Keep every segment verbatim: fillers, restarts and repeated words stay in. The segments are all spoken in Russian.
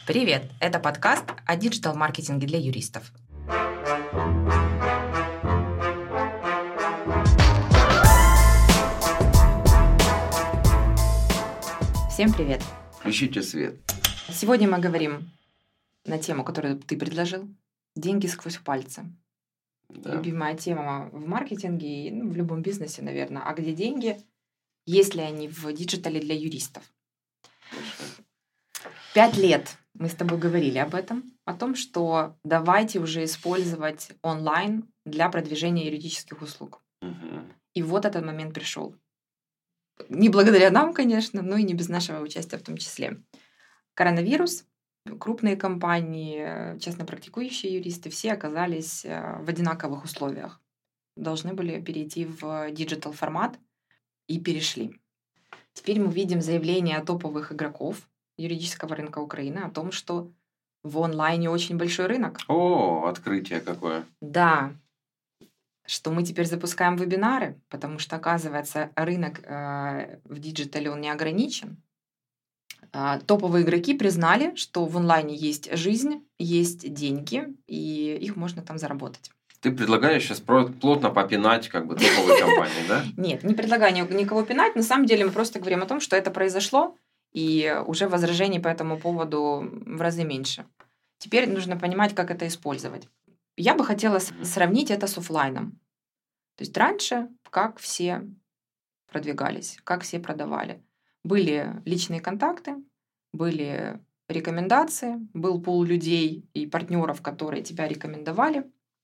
Привет! Это подкаст о диджитал-маркетинге для юристов. Всем привет! Включите свет. Сегодня мы говорим на тему, которую ты предложил. Деньги сквозь пальцы. Да. Любимая тема в маркетинге и ну, в любом бизнесе, наверное. А где деньги? Есть ли они в диджитале для юристов? Пять лет мы с тобой говорили об этом, о том, что давайте уже использовать онлайн для продвижения юридических услуг. Угу. И вот этот момент пришел. Не благодаря нам, конечно, но и не без нашего участия в том числе. Коронавирус, крупные компании, честно практикующие юристы, все оказались в одинаковых условиях. Должны были перейти в диджитал формат и перешли. Теперь мы видим заявления топовых игроков юридического рынка Украины о том, что в онлайне очень большой рынок. О, открытие какое. Да, что мы теперь запускаем вебинары, потому что, оказывается, рынок э, в диджитале он не ограничен. Э, топовые игроки признали, что в онлайне есть жизнь, есть деньги, и их можно там заработать. Ты предлагаешь сейчас плотно попинать как бы топовые компании, да? Нет, не предлагаю никого пинать. На самом деле мы просто говорим о том, что это произошло, и уже возражений по этому поводу в разы меньше. Теперь нужно понимать, как это использовать. Я бы хотела mm-hmm. сравнить это с офлайном. То есть раньше, как все продвигались, как все продавали. Были личные контакты, были рекомендации, был пул людей и партнеров, которые тебя рекомендовали,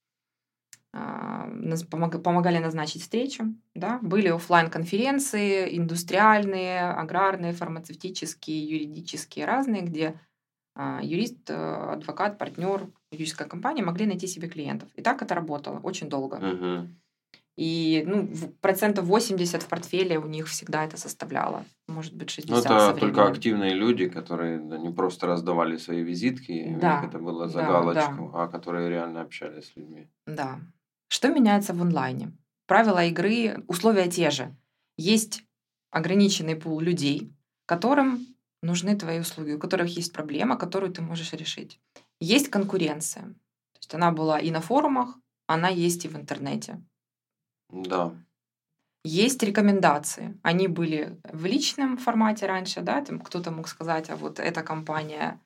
помогали назначить встречу. Да? Были офлайн-конференции, индустриальные, аграрные, фармацевтические, юридические, разные, где юрист, адвокат, партнер, юридическая компания могли найти себе клиентов. И так это работало очень долго. Uh-huh. И ну, процентов восемьдесят в портфеле у них всегда это составляло. Может быть, шестьдесят. Ну, это только активные люди, которые да, не просто раздавали свои визитки, да, у них это было за да, галочку, да. а которые реально общались с людьми. Да. Что меняется в онлайне? Правила игры, условия те же. Есть ограниченный пул людей, которым нужны твои услуги, у которых есть проблема, которую ты можешь решить. Есть конкуренция. То есть она была и на форумах, она есть и в интернете. Да. Есть рекомендации. Они были в личном формате раньше, да, там кто-то мог сказать, а вот эта компания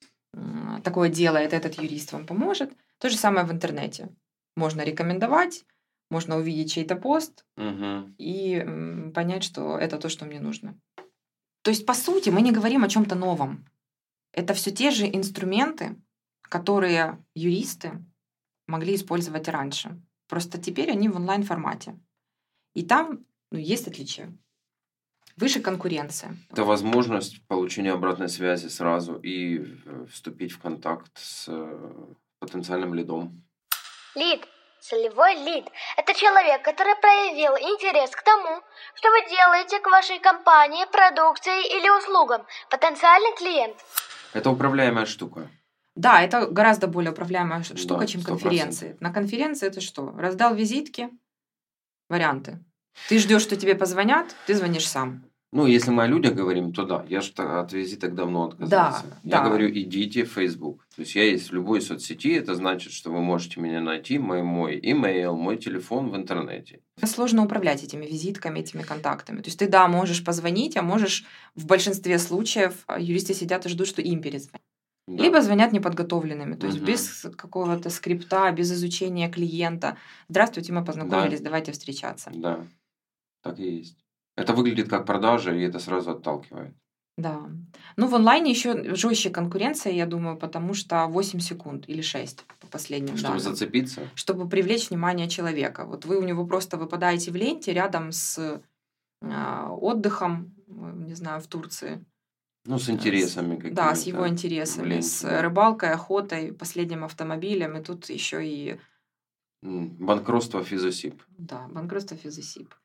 такое делает, этот юрист вам поможет. То же самое в интернете. Можно рекомендовать, можно увидеть чей-то пост угу. и понять, что это то, что мне нужно. То есть, по сути, мы не говорим о чем-то новом. Это все те же инструменты, которые юристы могли использовать раньше. Просто теперь они в онлайн-формате. И там ну, есть отличия. Выше конкуренция. Это возможность получения обратной связи сразу и вступить в контакт с потенциальным лидом. Лид. Целевой лид – это человек, который проявил интерес к тому, что вы делаете к вашей компании, продукции или услугам. Потенциальный клиент. Это управляемая штука. Да, это гораздо более управляемая штука, да, чем сто процентов. конференции. На конференции это что? Раздал визитки, варианты. Ты ждешь, что тебе позвонят, ты звонишь сам. Ну, если мы о людях говорим, то да, я же от визиток давно отказался. Да, я да. говорю, идите в Facebook. То есть я есть в любой соцсети, это значит, что вы можете меня найти, мой, мой имейл, мой телефон в интернете. Сложно управлять этими визитками, этими контактами. То есть ты, да, можешь позвонить, а можешь в большинстве случаев юристы сидят и ждут, что им перезвонят. Да. Либо звонят неподготовленными, то есть угу. без какого-то скрипта, без изучения клиента. Здравствуйте, мы познакомились, да. давайте встречаться. Да, так и есть. Это выглядит как продажа, и это сразу отталкивает. Да. Ну, в онлайне еще жестче конкуренция, я думаю, потому что восемь секунд или шесть по последним Чтобы данным. зацепиться? Чтобы привлечь внимание человека. Вот вы у него просто выпадаете в ленте рядом с э, отдыхом, не знаю, в Турции. Ну, с интересами какими-то. Да, с его интересами, ленте, с да. рыбалкой, охотой, последним автомобилем, и тут еще и... Банкротство физосиб. Да, банкротство физосиб. То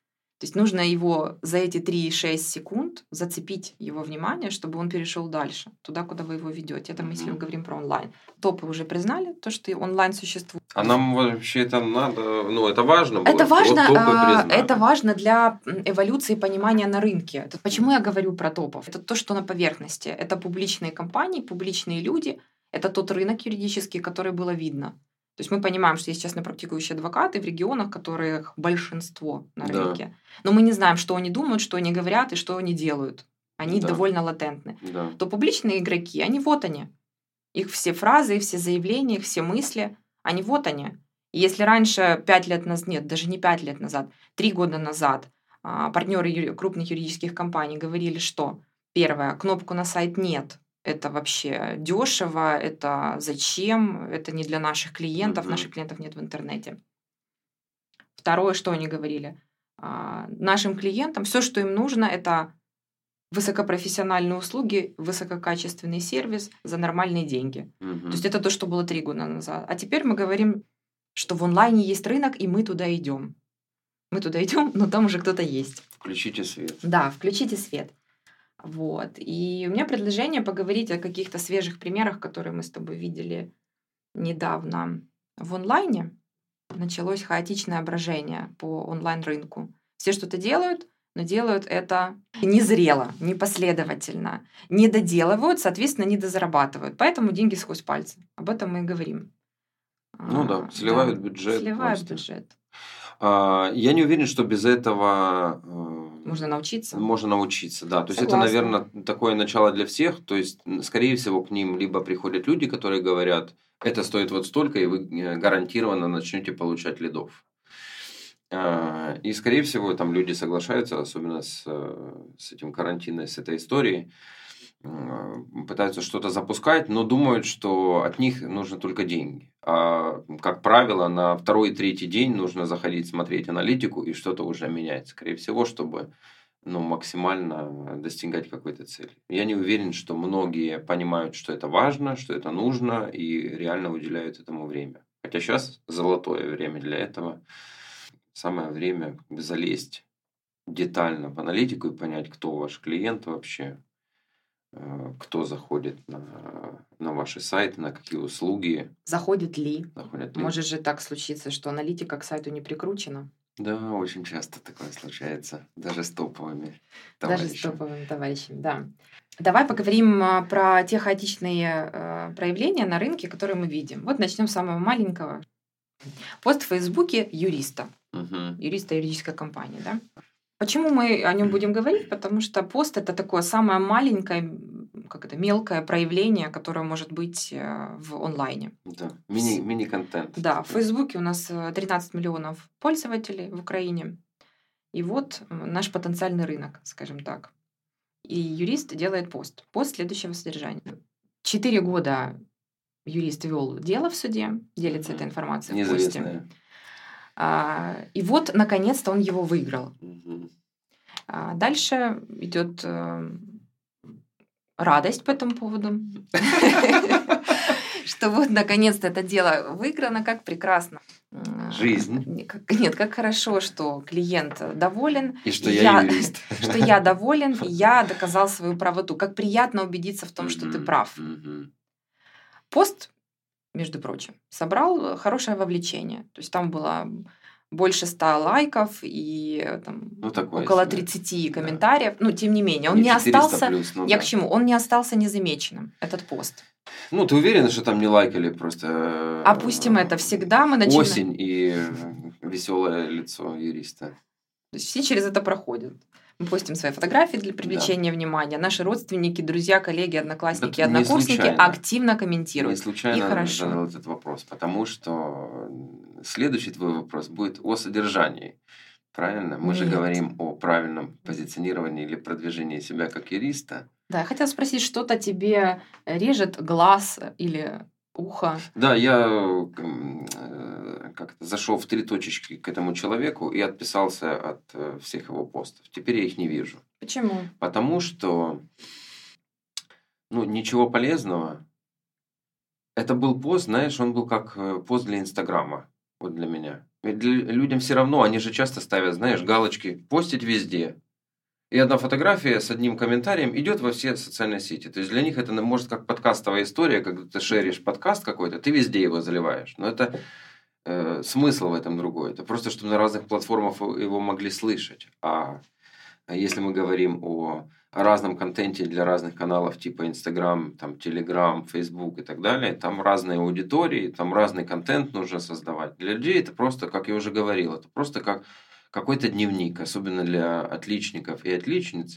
То есть нужно его за эти три-шесть секунд зацепить его внимание, чтобы он перешел дальше, туда, куда вы его ведете. Это мы, если мы говорим про онлайн. Топы уже признали, то, что онлайн существует. А нам вообще это надо, ну, это важно было? Это важно, Вот а, это важно для эволюции понимания на рынке. Это почему я говорю про топов? Это то, что на поверхности. Это публичные компании, публичные люди. Это тот рынок юридический, который было видно. То есть мы понимаем, что есть частно практикующие адвокаты в регионах, которых большинство на рынке. Да. Но мы не знаем, что они думают, что они говорят и что они делают. Они да. довольно латентны. Да. То публичные игроки, они вот они. Их все фразы, все заявления, их все мысли, они вот они. И если раньше пять лет назад, нет, даже не пять лет назад, три года назад партнеры крупных юридических компаний говорили, что первое, кнопку на сайт нет. Это вообще дешево, это зачем, это не для наших клиентов, mm-hmm. наших клиентов нет в интернете. Второе, что они говорили, нашим клиентам все, что им нужно, это высокопрофессиональные услуги, высококачественный сервис за нормальные деньги. Mm-hmm. То есть это то, что было три года назад. А теперь мы говорим, что в онлайне есть рынок, и мы туда идем. Мы туда идем, но там уже кто-то есть. Включите свет. Да, включите свет. Вот. И у меня предложение поговорить о каких-то свежих примерах, которые мы с тобой видели недавно в онлайне. Началось хаотичное брожение по онлайн-рынку. Все что-то делают, но делают это незрело, непоследовательно, не доделывают, соответственно, не дозарабатывают. Поэтому деньги сквозь пальцы. Об этом мы и говорим. Ну да, сливают да, бюджет. Сливают просто. бюджет. Я не уверен, что без этого... Можно научиться. Можно научиться, да. То есть Согласна. это, наверное, такое начало для всех. То есть, скорее всего, к ним либо приходят люди, которые говорят, это стоит вот столько, и вы гарантированно начнете получать лидов. И, скорее всего, там люди соглашаются, особенно с, с этим карантином, с этой историей, пытаются что-то запускать, но думают, что от них нужны только деньги. А, как правило, на второй и третий день нужно заходить, смотреть аналитику, и что-то уже меняется. Скорее всего, чтобы ну, максимально достигать какой-то цели. Я не уверен, что многие понимают, что это важно, что это нужно, и реально уделяют этому время. Хотя сейчас золотое время для этого. Самое время залезть детально в аналитику и понять, кто ваш клиент вообще, кто заходит на, на ваши сайты, на какие услуги. Заходит ли? Заходит ли. Может же так случиться, что аналитика к сайту не прикручена? Да, очень часто такое случается. Даже с топовыми товарищами. Даже с топовыми товарищами, да. Давай поговорим про те хаотичные э, проявления на рынке, которые мы видим. Вот начнем с самого маленького. Пост в Фейсбуке юриста. Угу. Юриста юридической компании, да? Почему мы о нем будем говорить? Потому что пост это такое самое маленькое, как это, мелкое проявление, которое может быть в онлайне. Да, мини, мини-контент. Да, в Фейсбуке у нас тринадцать миллионов пользователей в Украине. И вот наш потенциальный рынок, скажем так. И юрист делает пост. Пост следующего содержания. Четыре года юрист вел дело в суде, делится mm-hmm. этой информацией в посте. А, и вот, наконец-то, он его выиграл. Mm-hmm. А дальше идет э, радость по этому поводу. Что вот, наконец-то, это дело выиграно, как прекрасно. Жизнь. Нет, как хорошо, что клиент доволен. И что я юрист. Что я доволен, и я доказал свою правоту. Как приятно убедиться в том, что ты прав. Пост, между прочим, собрал хорошее вовлечение. То есть там было больше ста лайков и там, ну, около тридцати да. комментариев. Ну, тем не менее, он не, не остался... Плюс, ну, я да. к чему? Он не остался незамеченным, этот пост. Ну, ты уверена, что там не лайкали просто... Опустим это. Всегда мы начинаем... Осень и веселое лицо юриста. То есть все через это проходят. Мы постим свои фотографии для привлечения да. внимания. Наши родственники, друзья, коллеги, одноклассники, это однокурсники активно комментируют. Не случайно и хорошо. задал этот вопрос, потому что следующий твой вопрос будет о содержании. Правильно? Мы Нет. же говорим о правильном позиционировании или продвижении себя как юриста. Да, я хотела спросить, что-то тебе режет глаз или ухо? Да, я как-то зашел в три точечки к этому человеку и отписался от всех его постов. Теперь я их не вижу. Почему? Потому что ну, ничего полезного. Это был пост, знаешь, он был как пост для Инстаграма. Вот для меня. Ведь для, людям все равно, они же часто ставят, знаешь, галочки «постить везде». И одна фотография с одним комментарием идет во все социальные сети. То есть для них это может как подкастовая история, когда ты шеришь подкаст какой-то, ты везде его заливаешь. Но это э, смысл в этом другой. Это просто, чтобы на разных платформах его могли слышать. А если мы говорим о разном контенте для разных каналов, типа Инстаграм, там, Телеграм, Фейсбук и так далее, там разные аудитории, там разный контент нужно создавать. Для людей это просто, как я уже говорил, это просто как какой-то дневник, особенно для отличников и отличниц,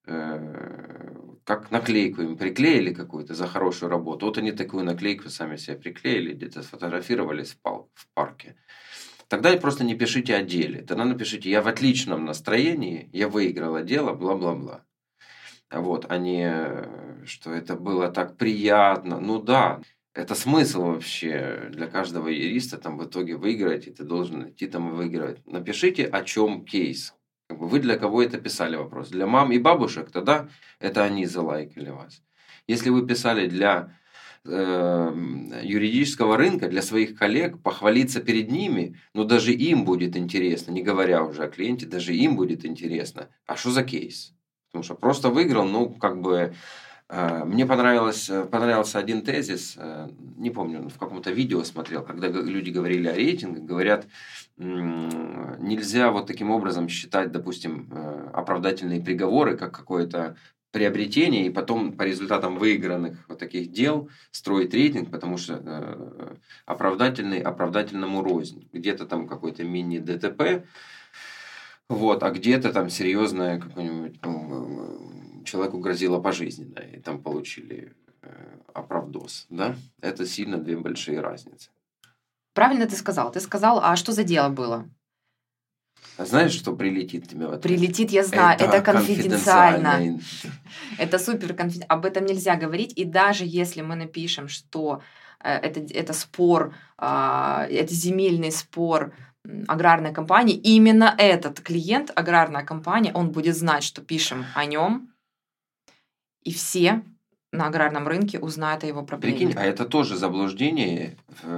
э, как наклейку им приклеили какую-то за хорошую работу. Вот они такую наклейку сами себе приклеили, где-то сфотографировались в, пал- в парке. Тогда просто не пишите о деле. Тогда напишите: я в отличном настроении, я выиграла дело, бла-бла-бла. Вот, а не, что это было так приятно. Ну да, это смысл вообще для каждого юриста там в итоге выиграть, и ты должен идти там и выигрывать. Напишите, о чем кейс. Как бы вы для кого это писали вопрос? Для мам и бабушек, тогда это они залайкали вас. Если вы писали для э, юридического рынка, для своих коллег, похвалиться перед ними, но даже им будет интересно, не говоря уже о клиенте, даже им будет интересно. А что за кейс? Потому что просто выиграл, ну, как бы... Мне понравилось, понравился один тезис, не помню, в каком-то видео смотрел, когда люди говорили о рейтингах, говорят, нельзя вот таким образом считать, допустим, оправдательные приговоры как какое-то приобретение, и потом по результатам выигранных вот таких дел строить рейтинг, потому что оправдательный оправдательному рознь. Где-то там какой-то мини-ДТП, вот, а где-то там серьезное какое-нибудь... человеку грозило пожизненно, и там получили э, оправдос. Да? Это сильно две большие разницы. Правильно ты сказал. Ты сказал, а что за дело было? А знаешь, что прилетит тебе в ответ? Прилетит, я знаю, это, это конфиденциально. конфиденциально. Это супер конфиденциально. Об этом нельзя говорить. И даже если мы напишем, что э, это, это спор, э, это земельный спор аграрной компании, именно этот клиент, аграрная компания, он будет знать, что пишем о нем, и все на аграрном рынке узнают о его проблеме. Прикинь, а это тоже заблуждение,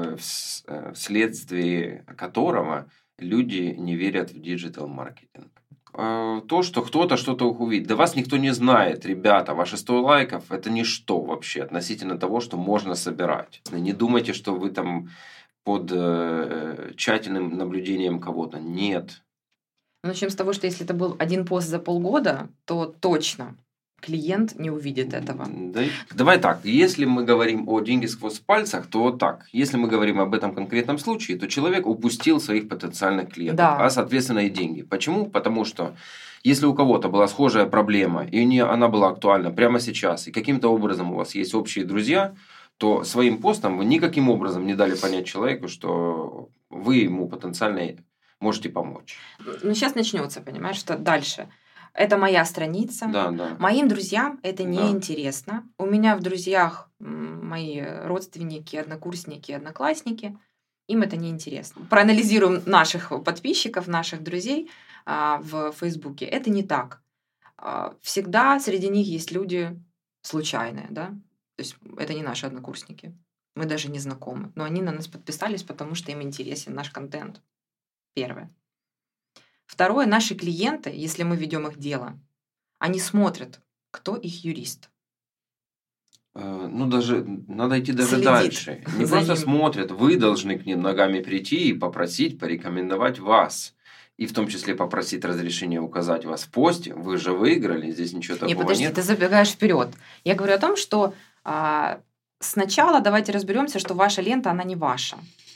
вследствие которого люди не верят в диджитал-маркетинг. То, что кто-то что-то увидит. Да вас никто не знает, ребята. Ваши сто лайков – это ничто вообще относительно того, что можно собирать. Не думайте, что вы там под э, тщательным наблюдением кого-то. Нет. Начнем с того, что если это был один пост за полгода, то точно клиент не увидит этого. Да, давай так, если мы говорим о деньги сквозь пальцах, то вот так. Если мы говорим об этом конкретном случае, то человек упустил своих потенциальных клиентов, да. А соответственно и деньги. Почему? Потому что если у кого-то была схожая проблема, и не, она была актуальна прямо сейчас, и каким-то образом у вас есть общие друзья, то своим постом вы никаким образом не дали понять человеку, что вы ему потенциально можете помочь. Ну, сейчас начнется, понимаешь, что дальше. Это моя страница. Да, да. Моим друзьям это не Да. интересно. У меня в друзьях мои родственники, однокурсники, одноклассники. Им это не интересно. Проанализируем наших подписчиков, наших друзей а, в Фейсбуке. Это не так. А, всегда среди них есть люди случайные, да? То есть это не наши однокурсники. Мы даже не знакомы. Но они на нас подписались, потому что им интересен наш контент. Первое. Второе, наши клиенты, если мы ведем их дело, они смотрят, кто их юрист. Ну, даже надо идти даже Следит дальше. Не за просто ним. смотрят, вы должны к ним ногами прийти и попросить порекомендовать вас. И в том числе попросить разрешения указать вас в посте. Вы же выиграли, здесь ничего такого Не, подожди, нет. ты забегаешь вперед. Я говорю о том, что а, сначала давайте разберемся, что ваша лента, она не ваша.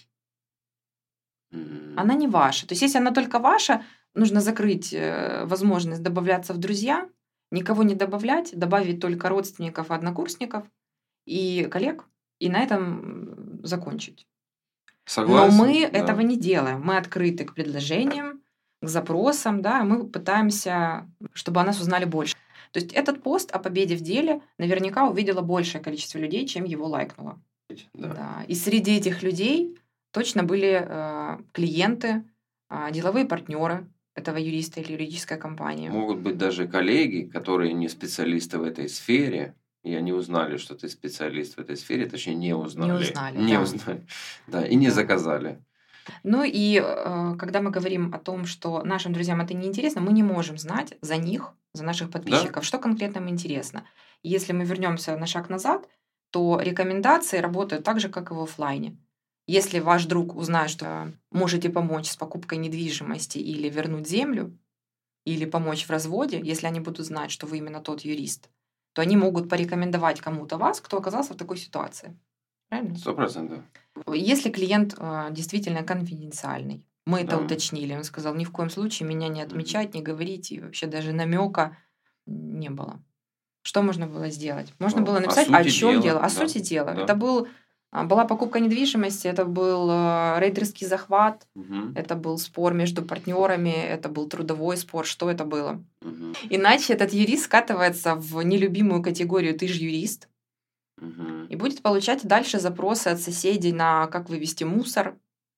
М. Она не ваша. То есть, если она только ваша, нужно закрыть э, возможность добавляться в друзья, никого не добавлять, добавить только родственников, однокурсников и коллег, и на этом закончить. Согласен? Но мы Да. этого не делаем. Мы открыты к предложениям, к запросам, да, мы пытаемся, чтобы о нас узнали больше. То есть этот пост о победе в деле наверняка увидело большее количество людей, чем его лайкнуло. Да. Да. И среди этих людей точно были э, клиенты, э, деловые партнеры этого юриста или юридической компании. Могут быть даже коллеги, которые не специалисты в этой сфере, и они узнали, что ты специалист в этой сфере, точнее, не узнали. Не узнали, Не да. узнали. Да, и не Да. заказали. Ну и э, когда мы говорим о том, что нашим друзьям это неинтересно, мы не можем знать за них, за наших подписчиков, Да? что конкретно им интересно. И если мы вернемся на шаг назад, то рекомендации работают так же, как и в оффлайне. Если ваш друг узнает, что можете помочь с покупкой недвижимости или вернуть землю, или помочь в разводе, если они будут знать, что вы именно тот юрист, то они могут порекомендовать кому-то вас, кто оказался в такой ситуации. Правильно? Сто процентов. Если клиент э, действительно конфиденциальный, мы это Да. уточнили, он сказал, ни в коем случае меня не отмечать, не говорить, и вообще даже намека не было. Что можно было сделать? Можно Ну, было о написать, о сути чем дела, дело, о да, сути дела. да. Это был, а, была покупка недвижимости, это был э, рейдерский захват, Мгм, это был спор между партнерами, это был трудовой спор, что это было? мгм, Иначе этот юрист скатывается в нелюбимую категорию «ты ж юрист» мгм. и будет получать дальше запросы от соседей на как вывести мусор,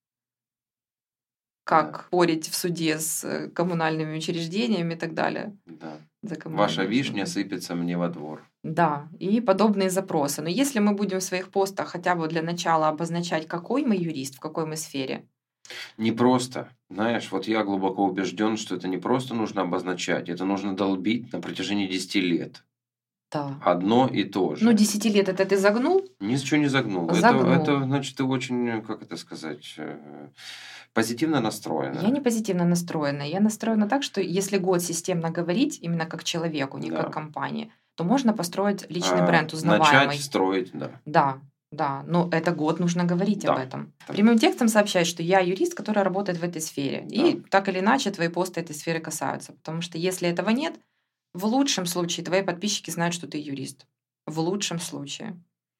как Да. спорить в суде с э, коммунальными учреждениями и так далее. Да. За Ваша коммунальные вишня услуги. сыпется мне во двор. Да, и подобные запросы. Но если мы будем в своих постах хотя бы для начала обозначать, какой мы юрист, в какой мы сфере, Не просто. Знаешь, вот я глубоко убежден, что это не просто нужно обозначать, это нужно долбить на протяжении десяти лет. да. Одно и то же. Ну, десяти лет это ты загнул? Ничего не загнул. Загнул. Это, это, значит, ты очень, как это сказать, э, позитивно настроена. Я не позитивно настроена. Я настроена так, что если год системно говорить, именно как человеку, не Да. как компании, то можно построить личный А, бренд узнаваемый. Начать строить, да. Да, да, но это год нужно говорить об Да. этом. Да. Прямым текстом сообщать, что я юрист, который работает в этой сфере. И Да. так или иначе твои посты этой сферы касаются. Потому что если этого нет, в лучшем случае твои подписчики знают, что ты юрист. В лучшем случае.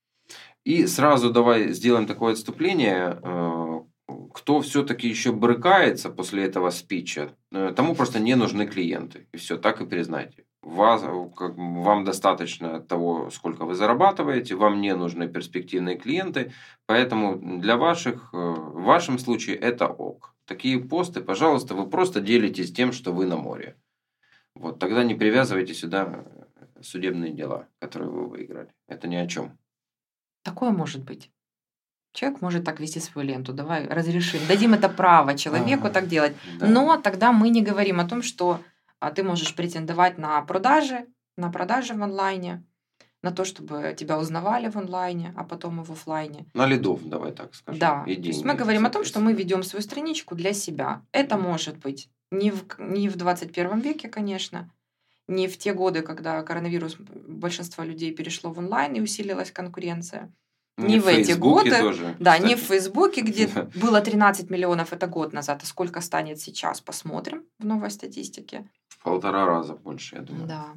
И сразу давай сделаем такое отступление. Э, Кто все-таки еще брыкается после этого спича, э, тому просто не нужны клиенты. И все, так и признайте. Вас, как, вам достаточно того, сколько вы зарабатываете, вам не нужны перспективные клиенты, поэтому для ваших, э, в вашем случае это ок. Такие посты, пожалуйста, вы просто делитесь тем, что вы на море. Вот тогда не привязывайте сюда судебные дела, которые вы выиграли. Это ни о чем. Такое может быть. Человек может так вести свою ленту. Давай разрешим. Дадим это право человеку А, так делать. да. Но тогда мы не говорим о том, что а, ты можешь претендовать на продажи, на продажи в онлайне, на то, чтобы тебя узнавали в онлайне, а потом и в оффлайне. На лидов, давай так скажем. Да. И То есть деньги, мы говорим о том, что мы соответственно. ведем свою страничку для себя. Это может быть не в, не в двадцать первом веке, конечно, не в те годы, когда коронавирус большинство людей перешло в онлайн и усилилась конкуренция. Не Не в эти Фейсбуке годы. тоже, Да, кстати. не в Фейсбуке, где Да. было тринадцать миллионов, это год назад. А сколько станет сейчас, посмотрим в новой статистике. В полтора раза больше, я думаю. Да.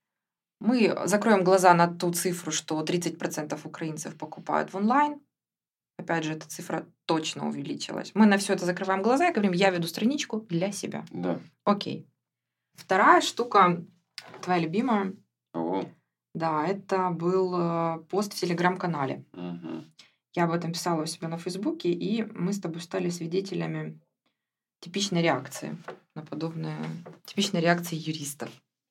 Мы закроем глаза на ту цифру, что тридцать процентов украинцев покупают в онлайн. Опять же, эта цифра точно увеличилась. Мы на все это закрываем глаза и говорим, я веду страничку для себя. Да. Окей. Вторая штука, твоя любимая, О, да, это был э, пост в Телеграм-канале. мгм. Я об этом писала у себя на Фейсбуке, и мы с тобой стали свидетелями типичной реакции на подобные... Типичной реакции юристов.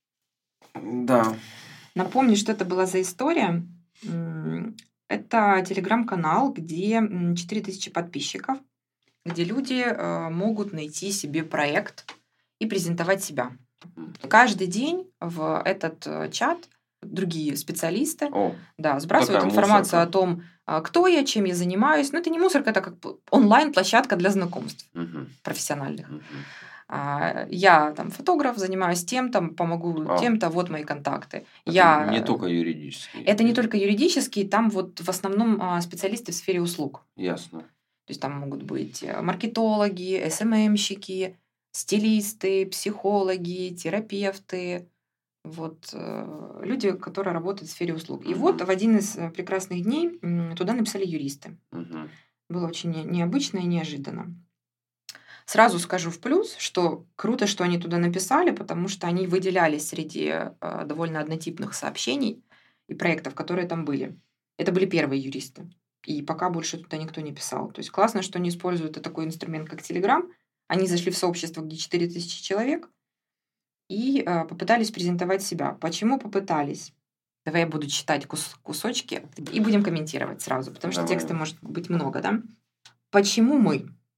Да. Напомню, что это была за история. М, Это телеграм-канал, где м, четыре тысячи подписчиков, где люди э, могут найти себе проект и презентовать себя. Мгм. Каждый день в этот э, чат другие специалисты О, да, сбрасывают такая информацию мусорка. о том, а, кто я, чем я занимаюсь. Но это не мусорка, это как п- онлайн-площадка для знакомств Мгм. профессиональных. Мгм. А, Я там фотограф, занимаюсь тем-то, помогу А. тем-то, вот мои контакты. Это Я... не только юридически. Это не только юридические, там вот в основном а, специалисты в сфере услуг. Ясно. То есть там могут быть э, маркетологи, эс эм эм-щики, стилисты, психологи, терапевты. Вот э, люди, которые работают в сфере услуг. И Мгм. вот в один из э, прекрасных дней м, туда написали юристы. Мгм. Было очень не- необычно и неожиданно. Сразу скажу в плюс, что круто, что они туда написали, потому что они выделялись среди э, довольно однотипных сообщений и проектов, которые там были. Это были первые юристы. И пока больше туда никто не писал. То есть классно, что они используют такой инструмент, как Telegram. Они зашли в сообщество, где четыре тысячи человек, и э, попытались презентовать себя. Почему попытались? Давай я буду читать кус- кусочки и будем комментировать сразу, потому что Давай. текста может быть много, да? Почему мы?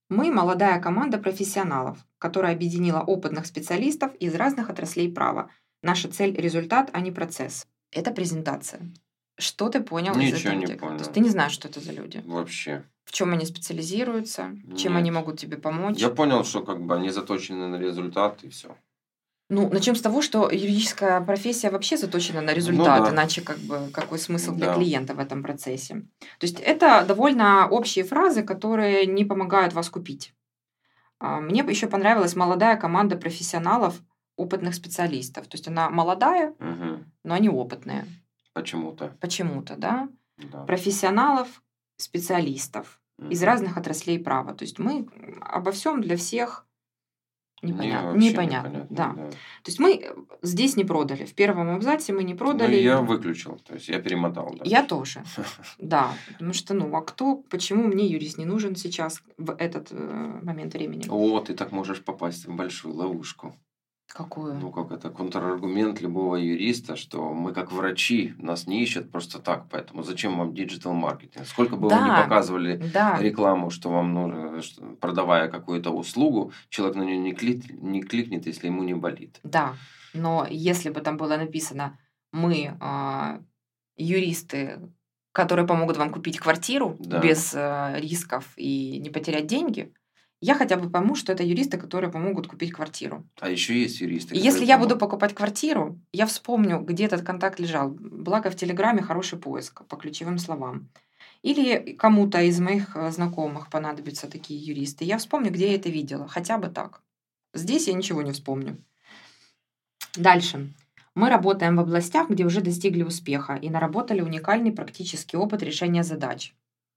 Мы молодая команда профессионалов, которая объединила опытных специалистов из разных отраслей права. Наша цель – результат, а не процесс. Это презентация. Что ты понял из Ничего этого не текста? понял. То есть ты не знаешь, что это за люди? Вообще. В чем они специализируются? Чем Нет. они могут тебе помочь? Я понял, что как бы они заточены на результат и все. Ну, начнем с того, что юридическая профессия вообще заточена на результат, Ну да. иначе как бы какой смысл для Да. клиента в этом процессе? То есть это довольно общие фразы, которые не помогают вас купить. А, Мне еще понравилась молодая команда профессионалов, опытных специалистов. То есть она молодая, Мгм. но они опытные. Почему-то. Почему-то, да? Да. Профессионалов, специалистов из Мгм. разных отраслей права. То есть мы обо всем для всех Не, непонятно. вообще непонятно, непонятно, да. да. То есть мы здесь не продали. В первом абзаце мы не Ну, продали. я выключил, то есть я перемотал. Да. Я тоже. Да. Потому что, ну, а кто, почему мне юрист не нужен сейчас в этот э, момент времени? О, ты так можешь попасть в большую ловушку. Какую? Ну, как это, контраргумент любого юриста, что мы как врачи, нас не ищут просто так, поэтому зачем вам диджитал-маркетинг? Сколько бы вы ни Да. показывали Да. рекламу, что вам нужно, что, продавая какую-то услугу, человек на нее не, клик, не кликнет, если ему не болит. Да. Но если бы там было написано «мы а, юристы, которые помогут вам купить квартиру Да. без э, рисков и не потерять деньги», я хотя бы пойму, что это юристы, которые помогут купить квартиру. А еще есть юристы. И которые если я помогут. буду покупать квартиру, я вспомню, где этот контакт лежал. Благо в Телеграме хороший поиск по ключевым словам. Или кому-то из моих э, знакомых понадобятся такие юристы. Я вспомню, где я это видела. Хотя бы так. Здесь я ничего не вспомню. Дальше. Мы работаем в областях, где уже достигли успеха и наработали уникальный практический опыт решения задач.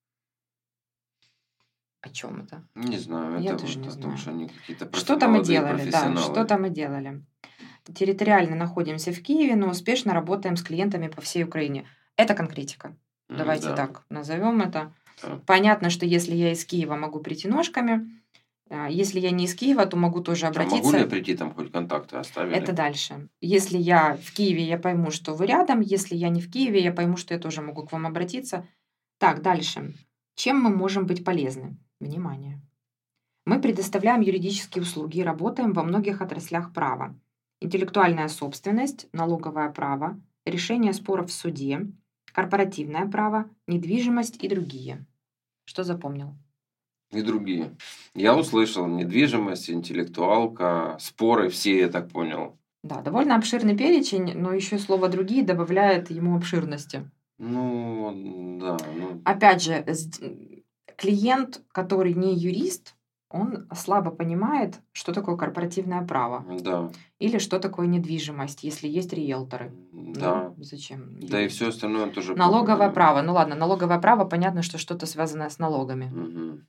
О чем это? Не знаю, Я это тоже вот не о том, знаю. что они какие-то профи- Что-то мы молодые делали, да, профессионалы. что-то мы делали. Территориально находимся в Киеве, но успешно работаем с клиентами по всей Украине. Это конкретика. М, Давайте да, так назовем это. да. Понятно, что если я из Киева, могу прийти ножками. А Если я не из Киева, то могу тоже А могу обратиться. ли я прийти, там хоть контакты оставили? Это дальше. Если я в Киеве, я пойму, что вы рядом. Если я не в Киеве, я пойму, что я тоже могу к вам обратиться. Так, дальше. Чем мы можем быть полезны? Внимание. Мы предоставляем юридические услуги и работаем во многих отраслях права. Интеллектуальная собственность, налоговое право, решение споров в суде, корпоративное право, недвижимость и другие. Что запомнил? И другие. Я услышал недвижимость, интеллектуалка, споры, все, я так понял. Да, довольно обширный перечень, но еще слово «другие» добавляет ему обширности. Ну, да. Ну, Опять же, с- клиент, который не юрист, он слабо понимает, что такое корпоративное право да. или что такое недвижимость, если есть риэлторы. Да. Ну, зачем? Да и юрист? все остальное он тоже... Налоговое плохо право. Ну ладно, налоговое право, понятно, что что-то связанное с налогами. понимает. Мгм.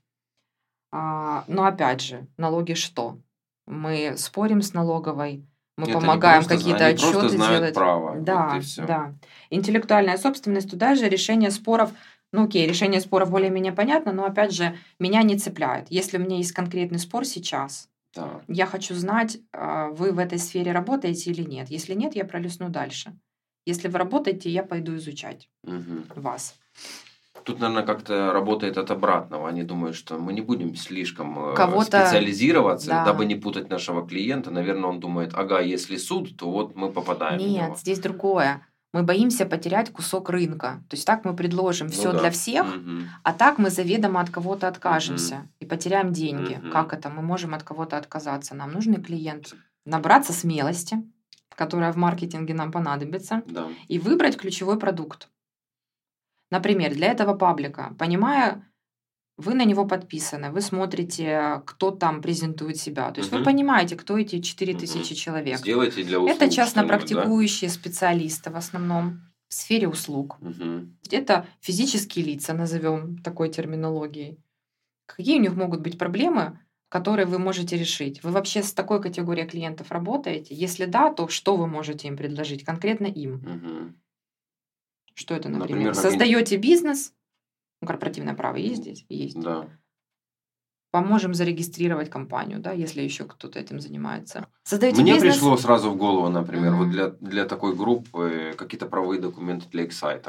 А, но опять же, налоги что? Мы спорим с налоговой, мы Это не помогаем просто какие-то зна- они просто отчеты знают делать. право, вот Да, и всё. да. Интеллектуальная собственность, туда же решение споров. Ну окей, решение споров более-менее понятно, но опять же, меня не цепляет. Если у меня есть конкретный спор сейчас, Да. я хочу знать, а, вы в этой сфере работаете или нет. Если нет, я пролистну дальше. Если вы работаете, я пойду изучать Мгм. вас. Тут, наверное, как-то работает от обратного. Они думают, что мы не будем слишком э, Кого-то- специализироваться, да. дабы не путать нашего клиента. Наверное, он думает, ага, если суд, то вот мы попадаем в него. Нет, здесь другое. Мы боимся потерять кусок рынка. То есть так мы предложим Ну все да. для всех, Мгм. а так мы заведомо от кого-то откажемся и потеряем деньги. Мгм. Как это? Мы можем от кого-то отказаться. Нам нужный клиент. Набраться смелости, которая в маркетинге нам понадобится, Да. и выбрать ключевой продукт. Например, для этого паблика, понимая, вы на него подписаны, вы смотрите, кто там презентует себя. То есть вы Мгм. понимаете, кто эти четыре Мгм. тысячи человек. Сделайте для услуг Это частно что-нибудь, да? практикующие специалисты в основном в сфере услуг. Мгм. Это физические лица, назовем такой терминологией. Какие у них могут быть проблемы, которые вы можете решить? Вы вообще с такой категорией клиентов работаете? Если да, то что вы можете им предложить конкретно им? Мгм. Что это, например? Например, как они- Создаете бизнес, ну, корпоративное право есть здесь? Есть. Да. Поможем зарегистрировать компанию, да, если еще кто-то этим занимается. Создаете Мне бизнес. пришло сразу в голову, например, Мгм. вот для, для такой группы какие-то правовые документы для их сайтов.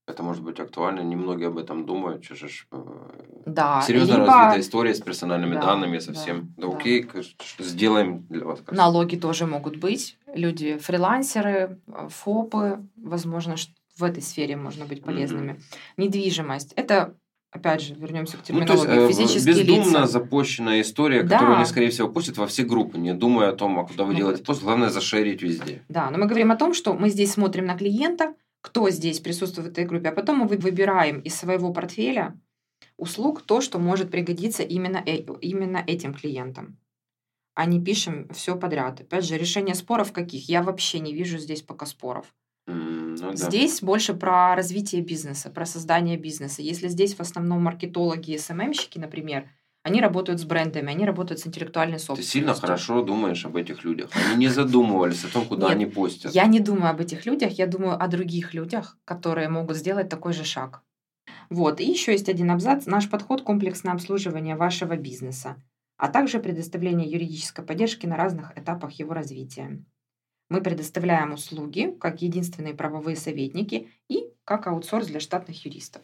Это может быть актуально, немногие об этом думают. Что же, Да, серьезно либо... развитая история с персональными Да, данными совсем. да, Да, да. окей, сделаем для вас. Кажется. Налоги тоже могут быть. Люди, фрилансеры, ФОПы, возможно, в этой сфере можно быть полезными. Мгм. Недвижимость. Это, опять же, вернемся к Ну, то есть, терминологии. э, Физические бездумно лица. запущенная история, Да. которую они, скорее всего, пустят во все группы, не думая о том, а куда вы Ну делаете вот. пост. Главное зашерить везде. Да, но мы говорим о том, что мы здесь смотрим на клиента, кто здесь присутствует в этой группе, а потом мы вы- выбираем из своего портфеля услуг то, что может пригодиться именно, э- именно этим клиентам. А не пишем все подряд. Опять же, решение споров каких? Я вообще не вижу здесь пока споров. М, Ну, да. Здесь больше про развитие бизнеса, про создание бизнеса. Если здесь в основном маркетологи и эс эм эм-щики, например, они работают с брендами, они работают с интеллектуальной Ты собственностью. сильно хорошо думаешь об этих людях. Они не задумывались о том, куда Нет, они постят. Я не думаю об этих людях, я думаю о других людях, которые могут сделать такой же шаг. Вот, и еще есть один абзац. Наш подход – комплексное обслуживание вашего бизнеса, а также предоставление юридической поддержки на разных этапах его развития. Мы предоставляем услуги как единственные правовые советники и как аутсорс для штатных юристов.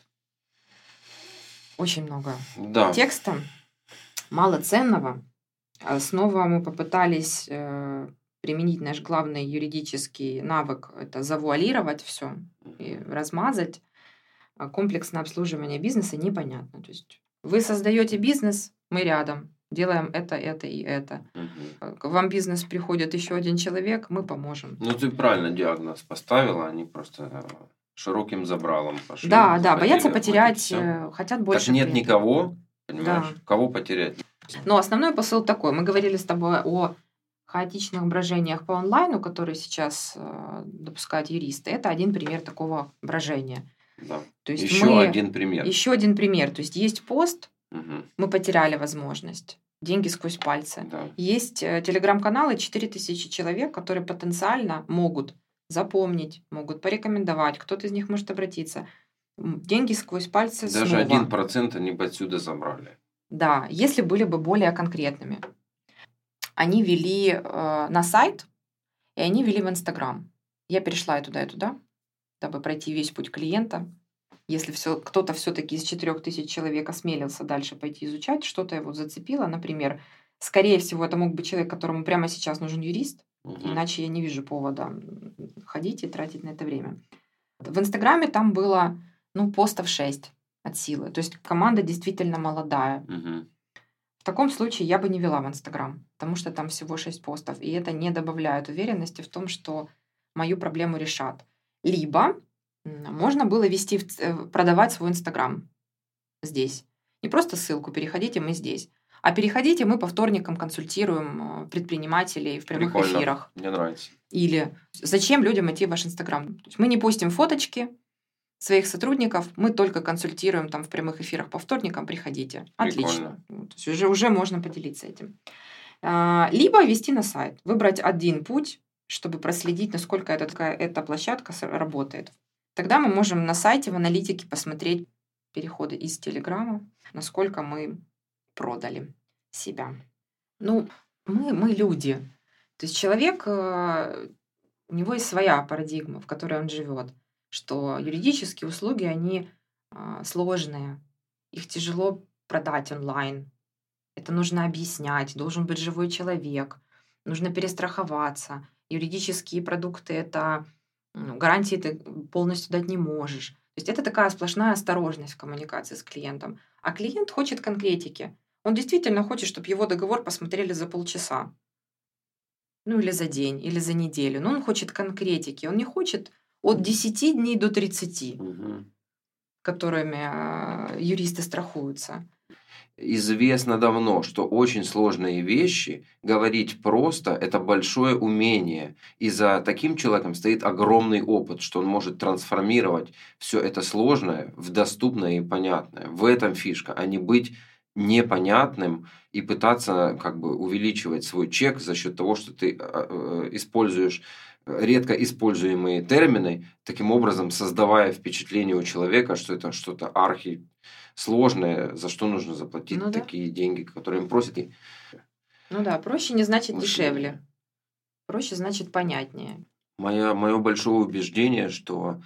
Очень много Да. текста, мало ценного. А Снова мы попытались э, применить наш главный юридический навык – это завуалировать все и размазать. А Комплексное обслуживание бизнеса непонятно. То есть вы создаете бизнес, мы рядом, делаем это, это и это. Мгм. К вам бизнес приходит еще один человек, мы поможем. Ну, ты правильно диагноз поставила, они просто э, широким забралом пошли. Да, да, захотели боятся охватить потерять, всё. э, хотят Так больше нет клиентов. никого, понимаешь, Да. кого потерять. Но основной посыл такой. Мы говорили с тобой о хаотичных брожениях по онлайну, которые сейчас э, допускают юристы. Это один пример такого брожения. Да. То есть Еще мы... один пример. Еще один пример. То есть есть пост, Мгм. мы потеряли возможность. Деньги сквозь пальцы. Да. Есть э, телеграм-каналы, четыре тысячи человек, которые потенциально могут запомнить, могут порекомендовать, кто-то из них может обратиться. М, Деньги сквозь пальцы Даже снова. один процент они бы отсюда забрали. Да, если были бы более конкретными. Они вели э, на сайт, и они вели в Инстаграм. Я перешла и туда, и туда, дабы пройти весь путь клиента. Если все, кто-то все-таки из четырех тысяч человек осмелился дальше пойти изучать, что-то его зацепило, например, скорее всего, это мог быть человек, которому прямо сейчас нужен юрист, Мгм. иначе я не вижу повода м, ходить и тратить на это время. В Инстаграме там было, ну, постов шесть от силы. То есть команда действительно молодая. Мгм. В таком случае я бы не вела в Инстаграм, потому что там всего шесть постов, и это не добавляет уверенности в том, что мою проблему решат. Либо м, можно было вести, в ц- э, продавать свой Инстаграм здесь. Не просто ссылку «переходите, мы здесь», а «переходите, мы по вторникам консультируем э, предпринимателей в прямых Прикольно. эфирах». Мне нравится. Или «зачем людям идти в ваш Инстаграм?» То есть мы не постим фоточки своих сотрудников, мы только консультируем там в прямых эфирах по вторникам, приходите. Отлично. Вот, то есть уже, уже можно поделиться этим. А, Либо вести на сайт, выбрать один путь, чтобы проследить, насколько эта, такая, эта площадка с- работает. Тогда мы можем на сайте в аналитике посмотреть переходы из Телеграма, насколько мы продали себя. Ну, мы, мы люди. То есть человек, э, у него есть своя парадигма, в которой он живет, что юридические услуги, они а, сложные, их тяжело продать онлайн. Это нужно объяснять, должен быть живой человек, нужно перестраховаться. Юридические продукты – это ну, гарантии ты полностью дать не можешь. То есть это такая сплошная осторожность в коммуникации с клиентом. А клиент хочет конкретики. Он действительно хочет, чтобы его договор посмотрели за полчаса. Ну, или за день, или за неделю. Но он хочет конкретики. Он не хочет от десяти дней до тридцати, Мгм. которыми а, юристы страхуются. Известно давно, что очень сложные вещи говорить просто – это большое умение. И за таким человеком стоит огромный опыт, что он может трансформировать все это сложное в доступное и понятное. В этом фишка, а не быть непонятным и пытаться как бы увеличивать свой чек за счет того, что ты э, э, используешь редко используемые термины, таким образом создавая впечатление у человека, что это что-то архи сложное, за что нужно заплатить Ну да. такие деньги, которые им просят. И Ну да, проще не значит мышление. дешевле. Проще значит понятнее. Моя, мое большое убеждение, что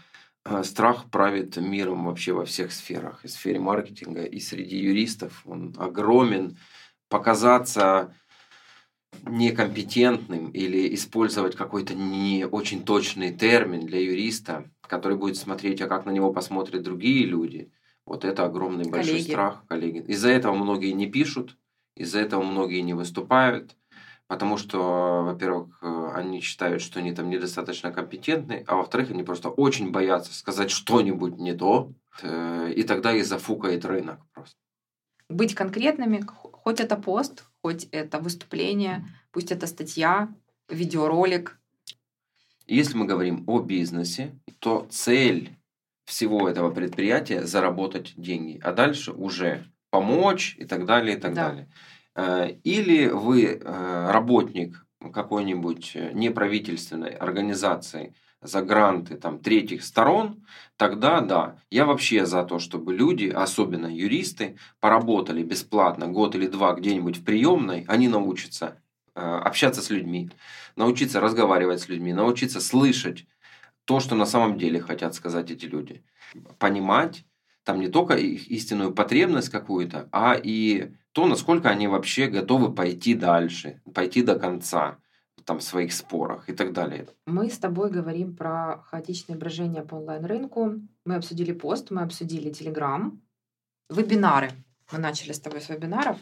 Страх правит миром вообще во всех сферах. И в сфере маркетинга, и среди юристов. Он огромен. Показаться некомпетентным или использовать какой-то не очень точный термин для юриста, который будет смотреть, а как на него посмотрят другие люди, вот это огромный большой Коллеги. страх, коллеги. Из-за этого многие не пишут, из-за этого многие не выступают, потому что, во-первых, они считают, что они там недостаточно компетентны, а во-вторых, они просто очень боятся сказать что-нибудь не то, и тогда их зафукает рынок просто. Быть конкретными, хоть это пост, хоть это выступление, пусть это статья, видеоролик. Если мы говорим о бизнесе, то цель всего этого предприятия – заработать деньги, а дальше уже помочь и так далее, и так Да. далее. Или вы работник какой-нибудь неправительственной организации за гранты там, третьих сторон, тогда да, я вообще за то, чтобы люди, особенно юристы, поработали бесплатно год или два где-нибудь в приемной, они научатся э, общаться с людьми, научиться разговаривать с людьми, научиться слышать то, что на самом деле хотят сказать эти люди, понимать там не только их истинную потребность какую-то, а и то, насколько они вообще готовы пойти дальше, пойти до конца. Там, в своих спорах и так далее. Мы с тобой говорим про хаотичное брожение по онлайн-рынку. Мы обсудили пост, мы обсудили Телеграм, вебинары. Мы начали с тобой с вебинаров,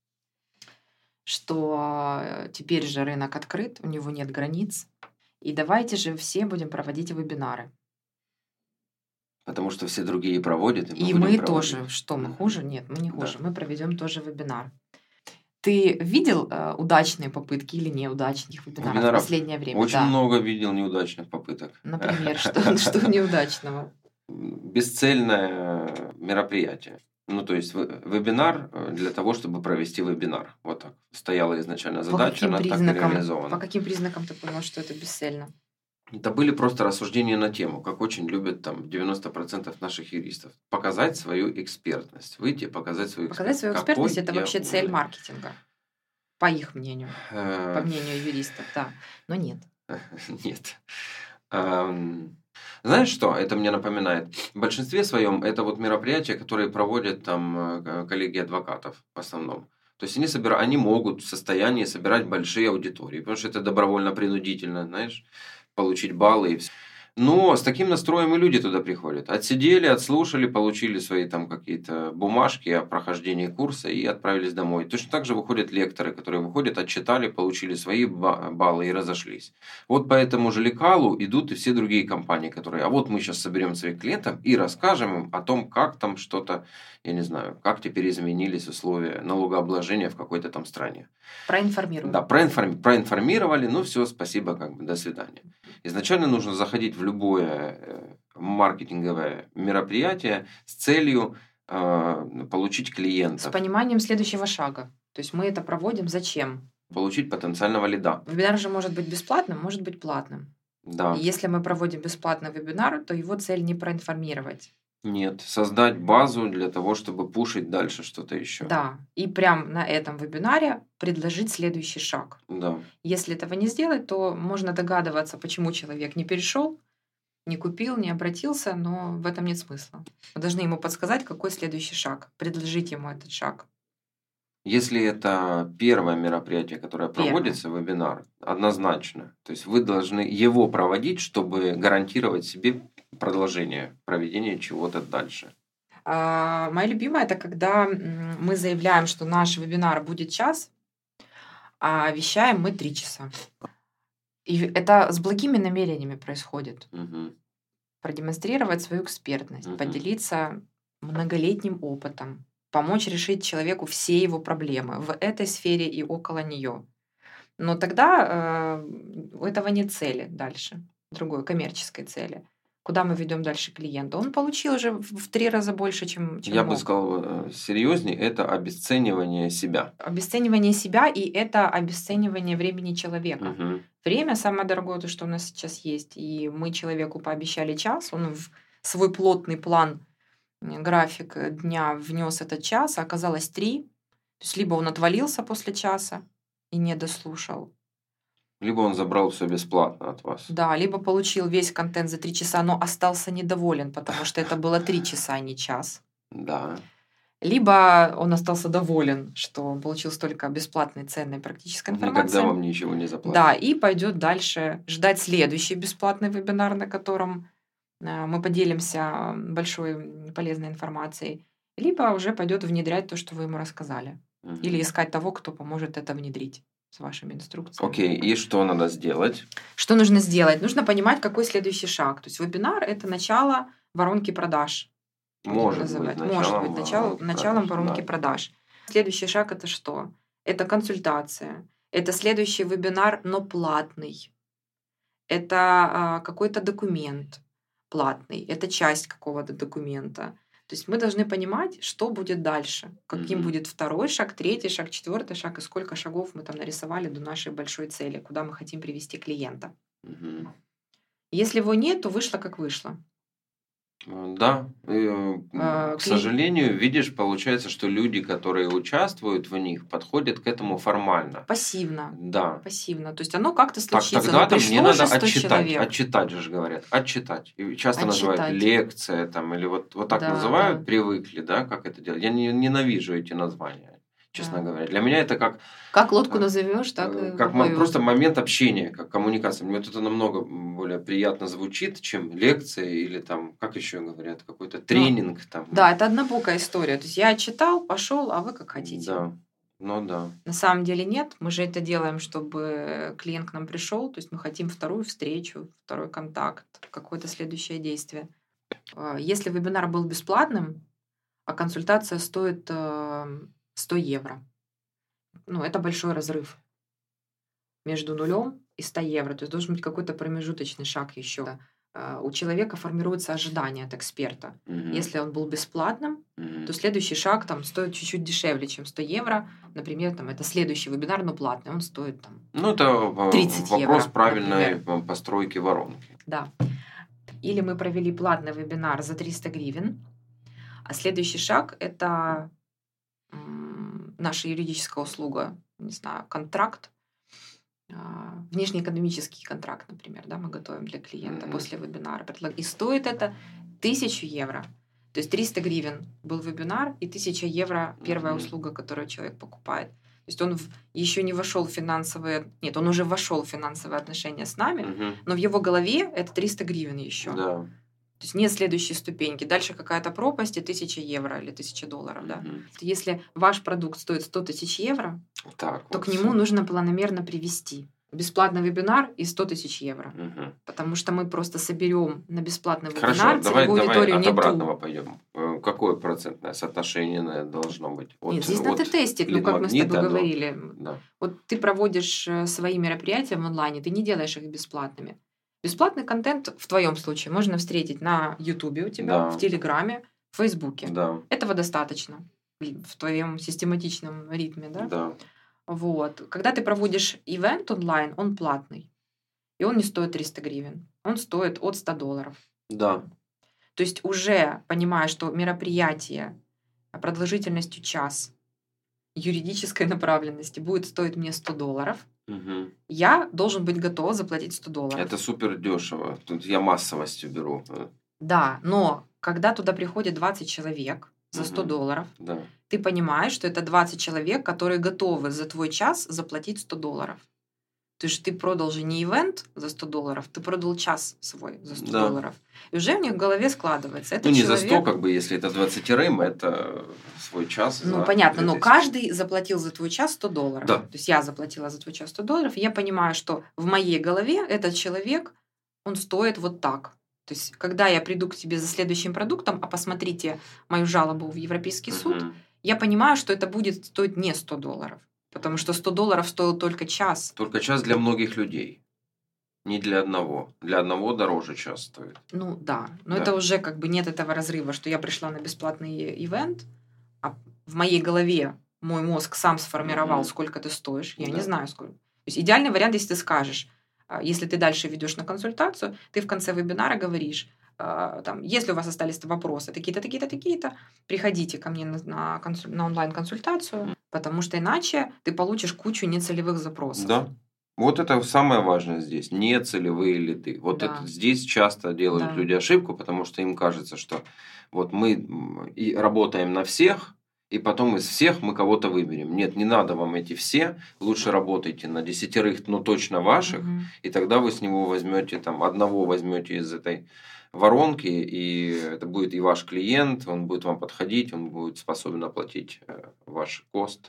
что теперь же рынок открыт, у него нет границ. И давайте же все будем проводить вебинары. Потому что все другие проводят, и мы, и будем мы проводить. тоже. Что, мы хуже? Нет, мы не хуже. Да. Мы проведем тоже вебинар. Ты видел э, удачные попытки или неудачных вебинаров, вебинаров в последнее время? Очень да. много видел неудачных попыток. Например, что, что неудачного? Бесцельное мероприятие. Ну, то есть вебинар для того, чтобы провести вебинар. Вот так. Стояла изначально задача, она так и реализована. По каким признакам ты понял, что это бесцельно? Это были просто рассуждения на тему, как очень любят там девяносто процентов наших юристов. Показать свою экспертность. Выйти, показать свою показать экспертность. Свою экспертность – это вообще уровень? цель маркетинга. По их мнению. По мнению юристов, да. Но нет. Нет. Знаешь что, это мне напоминает? В большинстве своем это вот мероприятия, которые проводят там коллеги адвокатов в основном. То есть они, собира... они могут в состоянии собирать большие аудитории, потому что это добровольно-принудительно, знаешь, получить баллы и все. Но с таким настроем и люди туда приходят. Отсидели, отслушали, получили свои там какие-то бумажки о прохождении курса и отправились домой. Точно так же выходят лекторы, которые выходят, отчитали, получили свои баллы и разошлись. Вот по этому же лекалу идут и все другие компании, которые, а вот мы сейчас соберем своих клиентов и расскажем им о том, как там что-то, я не знаю, как теперь изменились условия налогообложения в какой-то там стране. Проинформировали. Да, проинформи- проинформировали, ну все, спасибо, как бы, до свидания. Изначально нужно заходить в любое маркетинговое мероприятие с целью э, получить клиентов. С пониманием следующего шага. То есть мы это проводим зачем? Получить потенциального лида. Вебинар же может быть бесплатным, может быть платным. Да. И если мы проводим бесплатный вебинар, то его цель не проинформировать. Нет, создать базу для того, чтобы пушить дальше что-то еще. Да, и прям на этом вебинаре предложить следующий шаг. Да. Если этого не сделать, то можно догадываться, почему человек не перешел, не купил, не обратился, но в этом нет смысла. Мы должны ему подсказать, какой следующий шаг, предложить ему этот шаг. Если это первое мероприятие, которое первое. проводится, вебинар, однозначно. То есть вы должны его проводить, чтобы гарантировать себе продолжение проведения чего-то дальше. А, моя любимая – это когда мы заявляем, что наш вебинар будет час, а вещаем мы три часа. И это с благими намерениями происходит. Угу. Продемонстрировать свою экспертность, угу. поделиться многолетним опытом, помочь решить человеку все его проблемы в этой сфере и около нее. Но тогда э, у этого нет цели дальше, другой коммерческой цели. Куда мы ведем дальше клиента? Он получил уже в три раза больше, чем, чем Я мог. бы сказал, серьезнее, это обесценивание себя. Обесценивание себя, и это обесценивание времени человека. Угу. Время самое дорогое, то, что у нас сейчас есть. И мы человеку пообещали час, он в свой плотный план, график дня внес этот час, а оказалось три. То есть либо он отвалился после часа и не дослушал, Либо он забрал все бесплатно от вас. Да, либо получил весь контент за три часа, но остался недоволен, потому что это было три часа, а не час. Да. Либо он остался доволен, что он получил столько бесплатной, ценной практической информации. Никогда вам ничего не заплатят. Да, и пойдет дальше ждать следующий бесплатный вебинар, на котором э, мы поделимся большой полезной информацией. Либо уже пойдет внедрять то, что вы ему рассказали. Мгм. Или искать того, кто поможет это внедрить с вашими инструкциями. Окей, и что надо сделать? Что нужно сделать? Нужно понимать, какой следующий шаг. То есть вебинар – это начало воронки продаж. будем Может называть. быть, Может началом быть, начало, воронки началом продаж, воронки да. продаж. Следующий шаг – это что? Это консультация. Это следующий вебинар, но платный. Это а, какой-то документ платный. Это часть какого-то документа. То есть мы должны понимать, что будет дальше, каким Мгм. будет второй шаг, третий шаг, четвертый шаг, и сколько шагов мы там нарисовали до нашей большой цели, куда мы хотим привести клиента. Мгм. Если его нет, то вышло как вышло. Э, Да, и, э, А, к кли- сожалению, видишь, получается, что люди, которые участвуют в них, подходят к этому формально. Пассивно. Да. Пассивно. То есть оно как-то Так случится. тогда но там мне пришло надо же сто отчитать, человек. отчитать же говорят, отчитать. И часто называют Отчитать. лекция там, или вот, вот так Да, называют, да. привыкли, да, как это делать. Я не, ненавижу эти названия, честно Да. говоря. Для меня это как, Как лодку э, назовешь, так э, и как мо- поплывет. просто момент общения, как коммуникация. Мне вот это намного более приятно звучит, чем лекция или там, как еще говорят, какой-то тренинг там. Да, это однобокая история. То есть я отчитал, пошел, а вы как хотите. Да, ну да. На самом деле нет. Мы же это делаем, чтобы клиент к нам пришел. То есть мы хотим вторую встречу, второй контакт, какое-то следующее действие. А, Если вебинар был бесплатным, а консультация стоит э, сто евро, ну, это большой разрыв между нулем и ста евро. То есть должен быть какой-то промежуточный шаг еще. А, У человека формируется ожидание от эксперта. Мгм. Если он был бесплатным, Мгм. то следующий шаг там стоит чуть-чуть дешевле, чем сто евро. Например, там, это следующий вебинар, но платный. Он стоит там, Ну, это э, тридцать вопрос евро, правильной например. э, постройки воронки. Да. Или мы провели платный вебинар за триста гривен, а следующий шаг – это м, наша юридическая услуга, не знаю, контракт, а, внешнеэкономический контракт, например, да, мы готовим для клиента Мгм. после вебинара. предлаг- И стоит это тысячу евро. То есть триста гривен был вебинар и тысяча евро первая Мгм. услуга, которую человек покупает. То есть он еще не вошел в финансовые... Нет, он уже вошел в финансовые отношения с нами, Мгм. но в его голове это триста гривен еще. Да. То есть нет следующей ступеньки. Дальше какая-то пропасть и тысяча евро или тысяча долларов. Да? Мгм. Если ваш продукт стоит сто тысяч евро, Так, то вот к нему всё. нужно планомерно привести бесплатный вебинар и сто тысяч евро. Мгм. Потому что мы просто соберем на бесплатный Хорошо, вебинар давай, целевую давай аудиторию от не ту. обратного пойдем. Э, Какое процентное соотношение наверное, должно быть? От, Нет, здесь от надо тестить, ну как мы с тобой лид-магнита до- говорили. Да. Вот ты проводишь э, свои мероприятия в онлайне, ты не делаешь их бесплатными. Бесплатный контент в твоем случае можно встретить на Ютубе у тебя, Да. в Телеграме, в Фейсбуке. Да. Этого достаточно в твоем систематичном ритме, да? Да. Вот. Когда ты проводишь ивент онлайн, он платный. И он не стоит триста гривен. Он стоит от ста долларов. Да. То есть уже понимая, что мероприятие продолжительностью час юридической направленности будет стоить мне сто долларов, Мгм. я должен быть готов заплатить сто долларов. Это супер дешево. Тут я массовостью беру. Э, Да, но когда туда приходит двадцать человек за сто Мгм. долларов, Да. ты понимаешь, что это двадцать человек, которые готовы за твой час заплатить сто долларов. То есть ты продал же не ивент за сто долларов, ты продал час свой за сто Да. долларов. И уже у них в голове складывается. Это Ну, не человек... за сто, как бы, если это двадцать рэм, это свой час. Ну, за понятно, две но тысячи. каждый заплатил за твой час сто долларов. Да. То есть я заплатила за твой час сто долларов, и я понимаю, что в моей голове этот человек, он стоит вот так. То есть, когда я приду к тебе за следующим продуктом, а посмотрите мою жалобу в Европейский суд, Мгм. я понимаю, что это будет стоить не сто долларов. Потому что сто долларов стоил только час. Только час для многих людей. Не для одного. Для одного дороже час стоит. Ну да, но Да. это уже как бы нет этого разрыва, что я пришла на бесплатный ивент, а в моей голове мой мозг сам сформировал, Мгм. сколько ты стоишь. Я Да. не знаю, сколько. То есть идеальный вариант, если ты скажешь, а, если ты дальше ведешь на консультацию, ты в конце вебинара говоришь, а, там, если у вас остались вопросы, такие-то, такие-то, такие-то, приходите ко мне на, на, консуль- на онлайн-консультацию, потому что иначе ты получишь кучу нецелевых запросов. Да. Вот это самое важное здесь. Не целевые лиды. Вот Да. это здесь часто делают Да. люди ошибку, потому что им кажется, что вот мы м, и работаем на всех, и потом из всех мы кого-то выберем. Нет, не надо вам эти все. Лучше работайте на десятерых, но точно ваших, Мгм. и тогда вы с него возьмете, там, одного возьмете из этой воронки, и это будет и ваш клиент, он будет вам подходить, он будет способен оплатить э, ваш кост.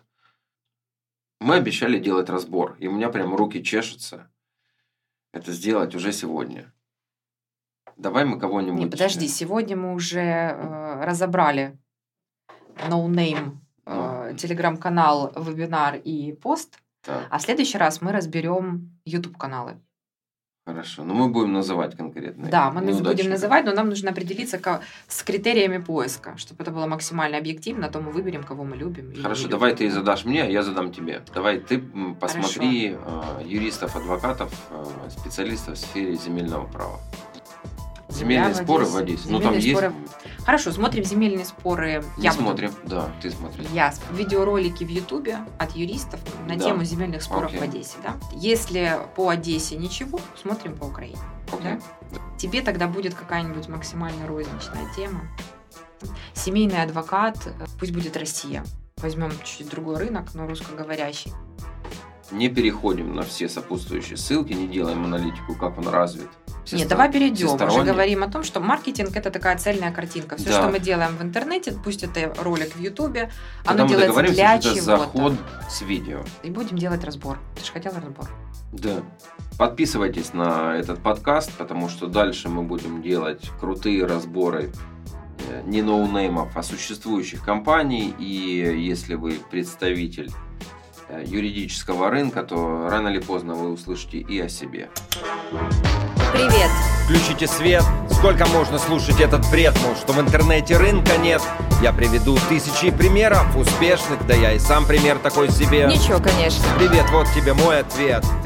Мы обещали делать разбор, и у меня прям руки чешутся это сделать уже сегодня. Давай мы кого-нибудь... Не, подожди, сегодня мы уже э, разобрали No Name, э, Ну. телеграм-канал, вебинар и пост, Так, а в следующий раз мы разберем YouTube-каналы. хорошо. Но мы будем называть конкретно. Да, мы нас будем неудачников. называть, но нам нужно определиться ка- с критериями поиска, чтобы это было максимально объективно, то мы выберем, кого мы любим. или Хорошо, не давай любим. ты задашь мне, а я задам тебе. Давай ты м, посмотри э, юристов, адвокатов, э, специалистов в сфере земельного права. Земельные Земля в споры в Одессе. Одессе. Ну, там Земельные есть... споры. Хорошо, смотрим земельные споры. Не Я буду- смотрим. Да, ты смотри. Я с- видеоролики в Ютубе от юристов на Да. тему земельных споров Окей. в Одессе. Да? Если по Одессе ничего, смотрим по Украине. Окей. Тебе тогда будет какая-нибудь максимально розничная тема. Семейный адвокат, э, пусть будет Россия. Возьмем чуть другой рынок, но русскоговорящий. Не переходим на все сопутствующие ссылки, не делаем аналитику, как он развит. Нет, Всесто- давай перейдем. Уже всесторонне. говорим о том, что маркетинг это такая цельная картинка. Все, Да. что мы делаем в интернете, пусть это ролик в Ютубе, Тогда оно мы делается договоримся, для что это чего-то. заход с видео. И будем делать разбор. Ты же хотел разбор. Да. Подписывайтесь на этот подкаст, потому что дальше мы будем делать крутые разборы э, не ноунеймов, а существующих компаний. И если вы представитель э, юридического рынка, то рано или поздно вы услышите и о себе. Привет! Включите свет. Сколько можно слушать этот бред, мол, что в интернете рынка нет? Я приведу тысячи примеров успешных, да я и сам пример такой себе. Ничего, конечно. Привет, вот тебе мой ответ.